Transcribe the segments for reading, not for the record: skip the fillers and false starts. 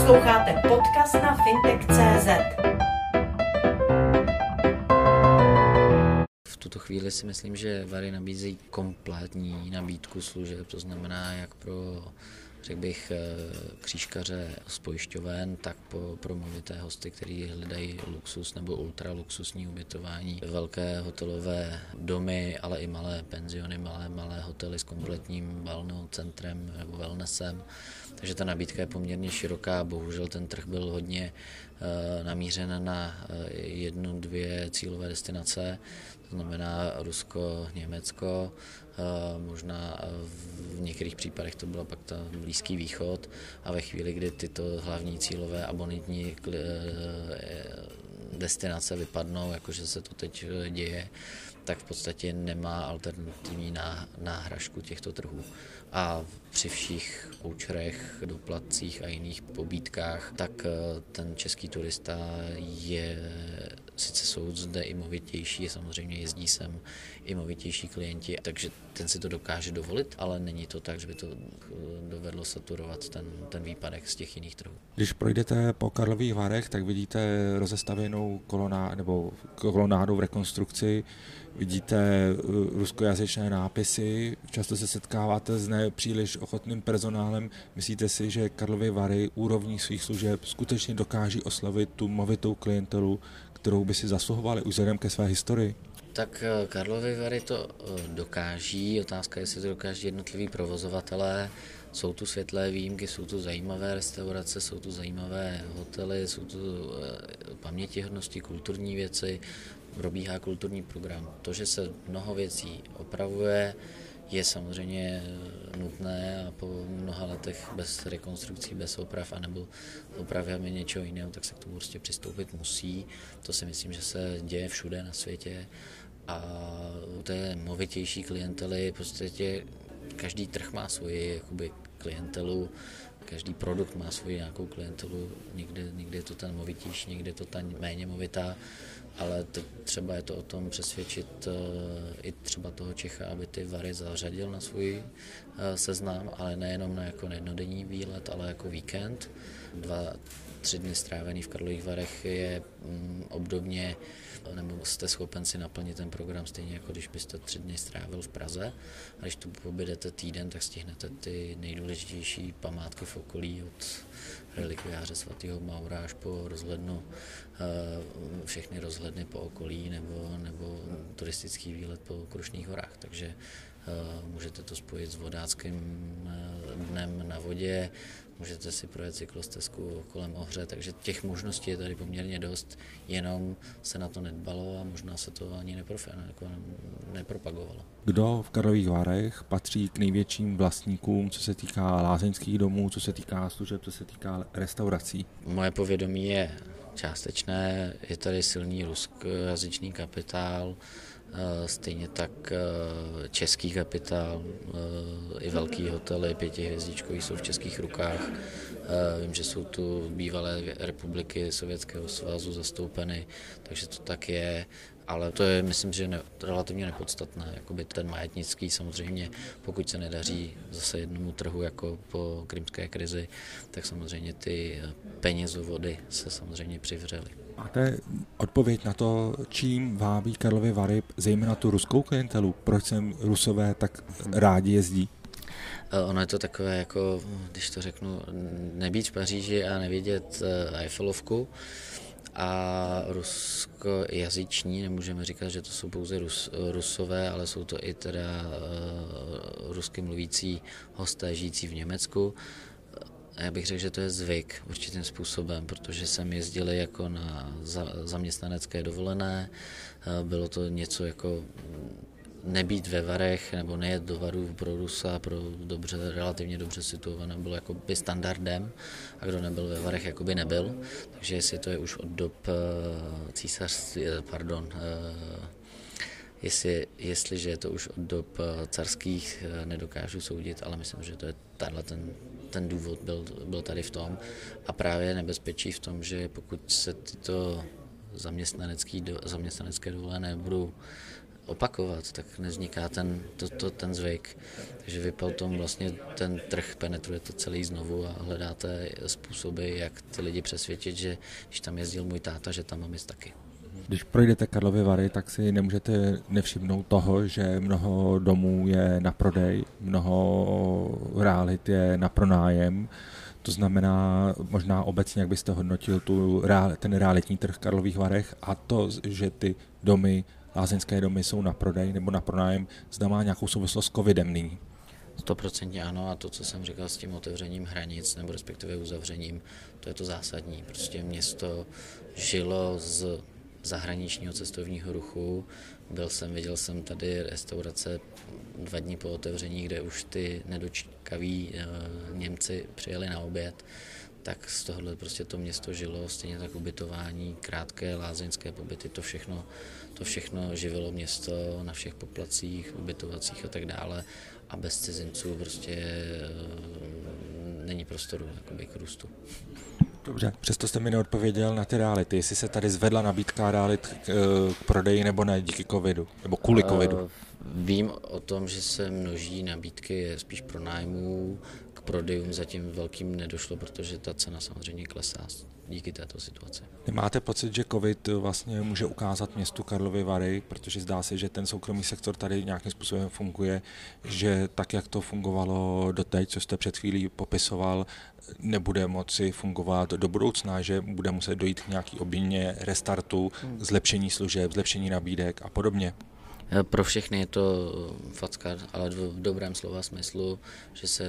Posloucháte podcast na fintech.cz. V tuto chvíli si myslím, že Vary nabízejí kompletní nabídku služeb, to znamená jak pro, řekl bych, křížkaře z pojišťoven, tak pro movité hosty, kteří hledají luxus nebo ultraluxusní ubytování, velké hotelové domy, ale i malé penziony, malé hotely s kompletním balneovým centrem nebo wellnessem. Takže ta nabídka je poměrně široká, bohužel ten trh byl hodně namířen na 1-2 cílové destinace, to znamená Rusko, Německo, možná v některých případech to bylo pak ta Blízký východ a ve chvíli, kdy tyto hlavní cílové abonitní destinace vypadnou, jakože se to teď děje, tak v podstatě nemá alternativní náhražku těchto trhů. A při všech voucherech, doplatcích a jiných pobídkách, tak ten český turista sice jsou zde i movitější, samozřejmě jezdí sem i movitější klienti, takže ten si to dokáže dovolit, ale není to tak, že by to dovedlo saturovat ten výpadek z těch jiných trhů. Když projdete po Karlových Varech, tak vidíte rozestavěnou kolonádu v rekonstrukci, vidíte ruskojazyčné nápisy, často se setkáváte s nepříliš ochotným personálem. Myslíte si, že Karlovy Vary úrovní svých služeb skutečně dokáží oslovit tu movitou klientelu, kterou by si zasluhovali už vzhledem ke své historii? Tak Karlovy Vary to dokáží, otázka je, jestli to dokáží jednotliví provozovatelé. Jsou tu světlé výjimky, jsou tu zajímavé restaurace, jsou tu zajímavé hotely, jsou tu pamětihodnosti, kulturní věci, probíhá kulturní program. To, že se mnoho věcí opravuje, je samozřejmě nutné a po mnoha letech bez rekonstrukcí, bez oprav anebo opravami něčeho jiného, tak se k tomu prostě přistoupit musí. To si myslím, že se děje všude na světě a u té movitější klientely prostě každý trh má svoji jakoby klientelu, každý produkt má svoji nějakou klientelu, někde je to ten movitější, někde je to ta méně movitá, ale třeba je to o tom přesvědčit i třeba toho Čecha, aby ty Vary zařadil na svůj seznam, ale nejenom na jako jednodenní výlet, ale jako víkend. 2-3 dny strávený v Karlových Varech je obdobně, nebo jste schopen si naplnit ten program stejně jako když byste 3 dny strávil v Praze. A když tu pobydete týden, tak stihnete ty nejdůležitější památky v okolí od relikviáře svatého Maura až po rozhlednu, všechny rozhledny po okolí nebo turistický výlet po Krušných horách. Takže můžete to spojit s vodáckým dnem na vodě, můžete si projet cyklostezku kolem Ohře, takže těch možností je tady poměrně dost, jenom se na to nedbalo a možná se to ani nepropagovalo. Kdo v Karlových Varech patří k největším vlastníkům, co se týká lázeňských domů, co se týká služeb, co se týká restaurací? Moje povědomí je částečné, je tady silný ruskojazyčný kapitál, stejně tak český kapitál, i velký hotely 5hvězdičkový jsou v českých rukách. Vím, že jsou tu bývalé republiky Sovětského svazu zastoupeny, takže to tak je, ale to je, myslím, že relativně nepodstatné. Jakoby ten majetnický samozřejmě, pokud se nedaří zase jednomu trhu jako po krymské krizi, tak samozřejmě ty penězovody se samozřejmě přivřely. Máte odpověď na to, čím vábí Karlovy Vary, zejména tu ruskou klientelu? Proč sem Rusové tak rádi jezdí? Ono je to takové, jako, když to řeknu, nebýt v Paříži a nevidět Eiffelovku. A ruskojazyční, nemůžeme říkat, že to jsou pouze Rusové, ale jsou to i teda rusky mluvící hosté žijící v Německu. Já bych řekl, že to je zvyk určitým způsobem, protože jsem jezdili jako na zaměstnanecké dovolené, bylo to něco jako nebýt ve Varech nebo nejet do Varů pro Rusa, pro relativně dobře situované, bylo jakoby standardem a kdo nebyl ve Varech, jakoby nebyl. Takže jestli to je už od dob jestliže je to už od dob carských, nedokážu soudit, ale myslím, že to je ten důvod byl tady v tom. A právě nebezpečí v tom, že pokud se tyto zaměstnanecké dovolené budou opakovat, tak nevzniká ten zvyk. Takže vy potom vlastně ten trh penetrujete celý znovu a hledáte způsoby, jak ty lidi přesvědčit, že když tam jezdil můj táta, že tam mám jist taky. Když projdete Karlovy Vary, tak si nemůžete nevšimnout toho, že mnoho domů je na prodej, mnoho realit je na pronájem. To znamená, možná obecně, jak byste hodnotil ten realitní trh v Karlových Varech a to, že ty domy, lázeňské domy jsou na prodej nebo na pronájem, zda má nějakou souvislost s covidem nyní? 100% ano a to, co jsem říkal s tím otevřením hranic nebo respektive uzavřením, to je to zásadní. Prostě město žilo z zahraničního cestovního ruchu. Viděl jsem tady restaurace 2 dny po otevření, kde už ty nedočkaví Němci přijeli na oběd, tak z tohohle prostě to město žilo, stejně tak ubytování, krátké lázeňské pobyty, to všechno živilo město na všech poplatcích, ubytovacích a tak dále a bez cizinců prostě není prostoru jakoby k růstu. Dobře, přesto jste mi neodpověděl na ty reality, jestli se tady zvedla nabídka realit k prodeji nebo ne díky covidu, nebo kvůli covidu. Vím o tom, že se množí nabídky spíš pronájmů, k prodejům zatím velkým nedošlo, protože ta cena samozřejmě klesá díky této situaci. Máte pocit, že covid vlastně může ukázat městu Karlovy Vary, protože zdá se, že ten soukromý sektor tady nějakým způsobem funguje, že tak, jak to fungovalo doteď, co jste před chvílí popisoval, nebude moci fungovat do budoucna, že bude muset dojít k nějaký obměně restartu, zlepšení služeb, zlepšení nabídek a podobně? Pro všechny je to facka, ale v dobrém slova smyslu, že se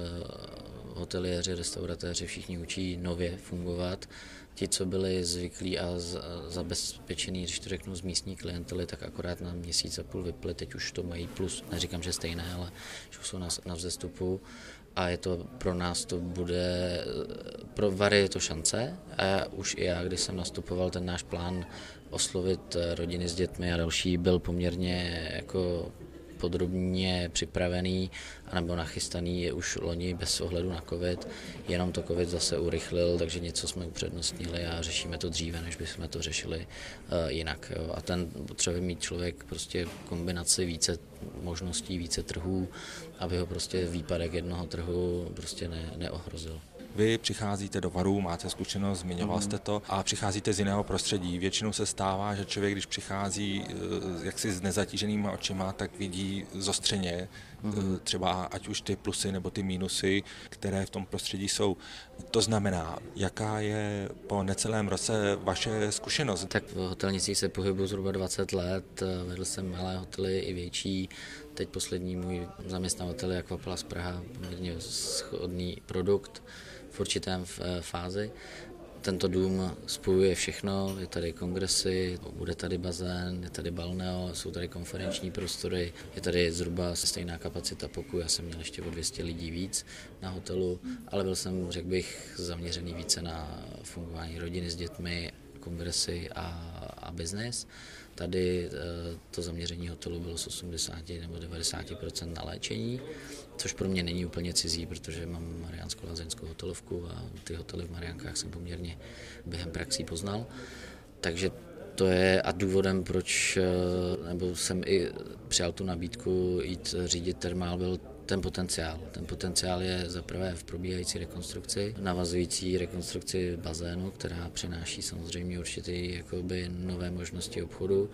hoteliéři, restauratéři všichni učí nově fungovat. Ti, co byli zvyklí a zabezpečení, když to řeknu, z místní klientely, tak akorát na měsíc a půl vypli, teď už to mají plus, neříkám, že stejné, ale že jsou na vzestupu. A je to pro nás, to bude, pro Vary je to šance a už i já, když jsem nastupoval, ten náš plán oslovit rodiny s dětmi a další byl poměrně jako podrobně připravený anebo nachystaný je už loni bez ohledu na covid, jenom to covid zase urychlil, takže něco jsme upřednostnili a řešíme to dříve, než bychom to řešili jinak. Jo. A ten potřebuje mít člověk prostě kombinaci více možností, více trhů, aby ho prostě výpadek jednoho trhu prostě neohrozil. Vy přicházíte do Varů, máte zkušenost, zmiňoval jste to, a přicházíte z jiného prostředí. Většinou se stává, že člověk, když přichází jaksi s nezatíženýma očima, tak vidí zostřeně třeba ať už ty plusy nebo ty mínusy, které v tom prostředí jsou. To znamená, jaká je po necelém roce vaše zkušenost? Tak v hotelnictví se pohybuji zhruba 20 let, vedl jsem malé hotely i větší. Teď poslední můj zaměstnavatel je Aquaplast Praha, poměrně schodný produkt v určitém fázi. Tento dům spojuje všechno, je tady kongresy, bude tady bazén, je tady balneo, jsou tady konferenční prostory, je tady zhruba stejná kapacita pokojů, já jsem měl ještě o 200 lidí víc na hotelu, ale byl jsem, řekl bych, zaměřený více na fungování rodiny s dětmi, kongresy a biznes. Tady to zaměření hotelu bylo z 80 nebo 90% na léčení, což pro mě není úplně cizí, protože mám mariánskou lázeňskou hotelovku a ty hotely v Mariánkách jsem poměrně během praxí poznal. Takže to je a důvodem, proč nebo jsem i přijal tu nabídku jít řídit termál, byl ten potenciál. Ten potenciál je zaprvé v probíhající rekonstrukci, navazující rekonstrukci bazénu, která přináší samozřejmě určitě jakoby nové možnosti obchodu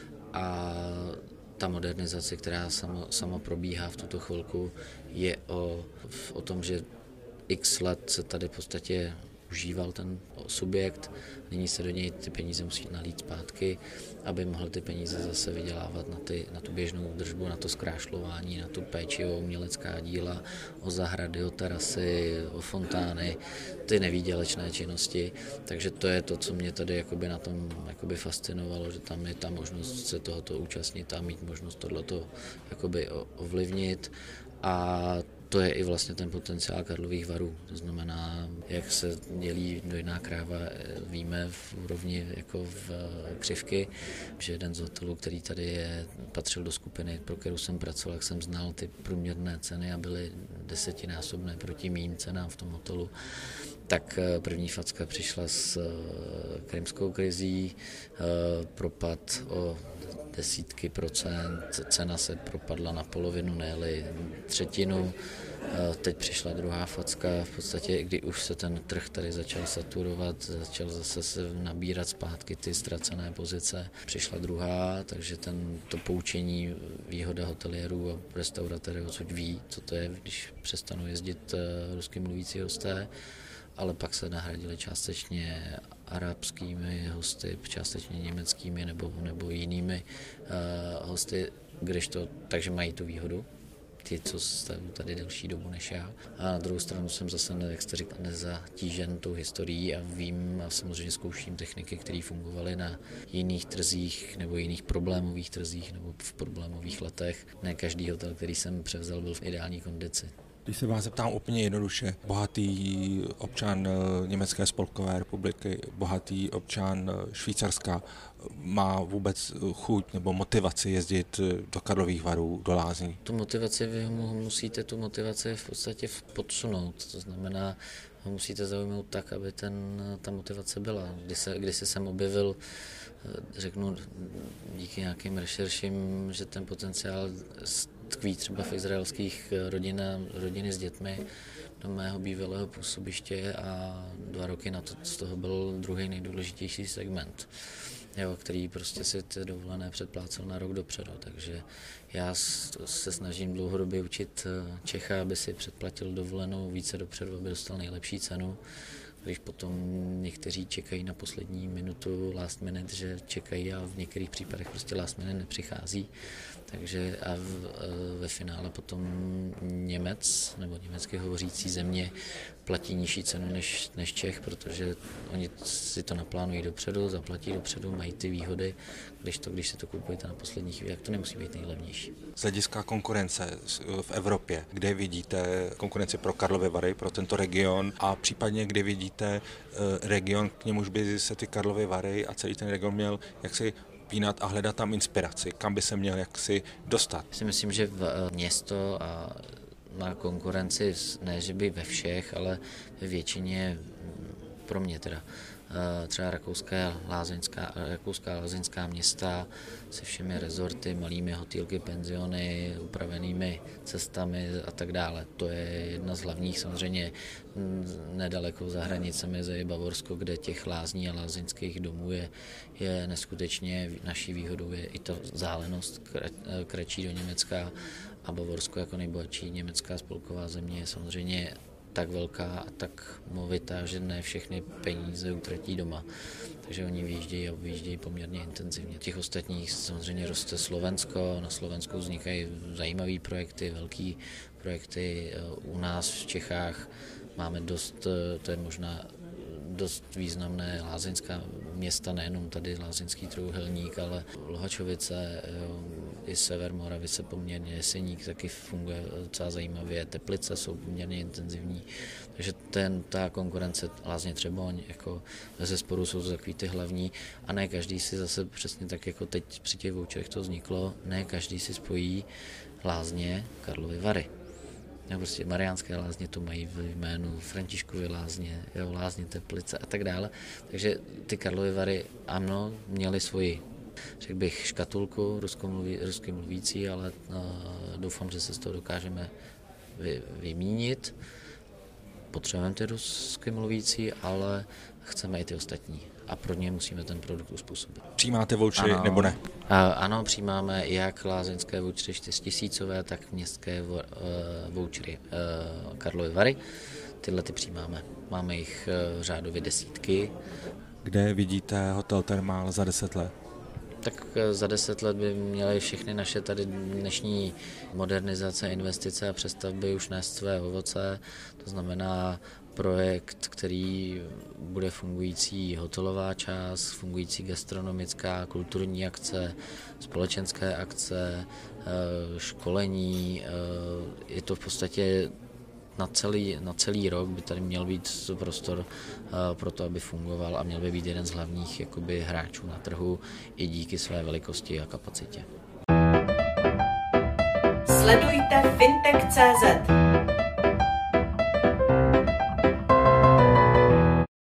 a ta modernizace, která sama probíhá v tuto chvilku, je o tom, že x let se tady v podstatě užíval ten subjekt, nyní se do něj ty peníze musí nalít zpátky, aby mohl ty peníze zase vydělávat na tu běžnou držbu, na to zkrášlování, na tu péči o umělecká díla, o zahrady, o terasy, o fontány, ty nevýdělečné činnosti. Takže to je to, co mě tady jakoby na tom jakoby fascinovalo, že tam je ta možnost se tohoto účastnit a mít možnost tohleto jakoby ovlivnit. A to je i vlastně ten potenciál Karlových Varů. To znamená, jak se dělí dojná kráva, víme v úrovni jako v křivky, že jeden z hotelů, který tady patřil do skupiny, pro kterou jsem pracoval, jak jsem znal ty průměrné ceny a byly 10násobné proti mým cenám v tom hotelu, tak první facka přišla s krymskou krizí, propad o desítky procent, cena se propadla na polovinu, ne-li třetinu. Teď přišla druhá facka, v podstatě, kdy už se ten trh tady začal saturovat, začal zase se nabírat zpátky ty ztracené pozice. Přišla druhá, takže to poučení, výhoda hotelierů a restauratérů odsud ví, co to je, když přestanou jezdit rusky mluvící hosté, ale pak se nahradili částečně arabskými hosty, částečně německými nebo jinými hosty, takže mají tu výhodu. Ty, co jste tady delší dobu než já. A na druhou stranu jsem zase, jak jste říkal, nezatížen tou historií a vím a samozřejmě zkouším techniky, které fungovaly na jiných trzích nebo jiných problémových trzích nebo v problémových letech. Ne každý hotel, který jsem převzal, byl v ideální kondici. Když se vás zeptám úplně jednoduše, bohatý občan Německé spolkové republiky, bohatý občan Švýcarska má vůbec chuť nebo motivaci jezdit do Karlových Varů, do lázní? Tu motivaci vy musíte v podstatě podsunout, to znamená, ho musíte zaujmout tak, aby ta motivace byla. Když se sem objevil, řeknu díky nějakým rešerším, že ten potenciál tkví třeba v izraelských rodiny s dětmi do mého bývalého působiště a 2 roky na to z toho byl druhý nejdůležitější segment, který prostě si ty dovolené předplácel na rok dopředu. Takže já se snažím dlouhodobě učit Čecha, aby si předplatil dovolenou více dopředu, aby dostal nejlepší cenu. Když potom někteří čekají na poslední minutu last minute, že čekají a v některých případech prostě last minute nepřichází. Takže a ve finále potom Němec nebo německy hovořící země platí nižší cenu než Čech, protože oni si to naplánují dopředu, zaplatí dopředu, mají ty výhody, když si to kupujete na poslední chvíli, tak to nemusí být nejlevnější. Z hlediska konkurence v Evropě, kde vidíte konkurenci pro Karlovy Vary, pro tento region a případně kde vidíte region, k němuž by se ty Karlovy Vary a celý ten region měl jaksi pínat a hledat tam inspiraci, kam by se měl jaksi dostat? Já si myslím, že město a má konkurenci, ne že by ve všech, ale ve většině, pro mě teda, třeba rakouská lázeňská města se všemi rezorty, malými hotýlky, penziony, upravenými cestami a tak dále. To je jedna z hlavních, samozřejmě nedaleko za hranicemi je Bavorsko, kde těch lázní a lázeňských domů je neskutečně. Naší výhodou je i ta vzdálenost kratší do Německa a Bavorsko jako nejbohatší německá spolková země je samozřejmě tak velká a tak movitá, že ne všechny peníze utratí doma. Takže oni vyjíždějí poměrně intenzivně. Těch ostatních samozřejmě roste Slovensko, na Slovensku vznikají zajímavé projekty, velké projekty. U nás v Čechách máme to je možná dost významné lázeňská města, nejenom tady lázeňský trojúhelník, ale Luhačovice, i sever Moravice poměrně, Jeseník taky funguje docela zajímavě, Teplice jsou poměrně intenzivní, takže ta konkurence Lázně Třeboň, jako bezesporu jsou to takový ty hlavní a ne každý si zase přesně tak, jako teď při těch voucherech to vzniklo, ne každý si spojí Lázně Karlovy Vary. Prostě Mariánské lázně to mají v jménu, Františkovy lázně, lázně Teplice a tak dále. Takže ty Karlovy Vary, ano, měly svoji, řekl bych, škatulku rusky mluvící, ale doufám, že se z toho dokážeme vymínit. Potřebujeme ty rusky mluvící, ale chceme i ty ostatní. A pro ně musíme ten produkt uspůsobit. Přijímáte vouchery nebo ne? Ano, přijímáme jak lázeňské vouchery 4000, tak městské vouchery Karlovy Vary. Tyhle ty přijímáme. Máme jich řádově desítky. Kde vidíte Hotel Thermal za 10 let? Tak za 10 let by měly všechny naše tady dnešní modernizace, investice a přestavby už nést své ovoce. To znamená projekt, který bude fungující hotelová část, fungující gastronomická, kulturní akce, společenské akce, školení. Je to v podstatě na celý rok by tady měl být prostor pro to, aby fungoval a měl by být jeden z hlavních jakoby, hráčů na trhu i díky své velikosti a kapacitě. Sledujte fintech.cz.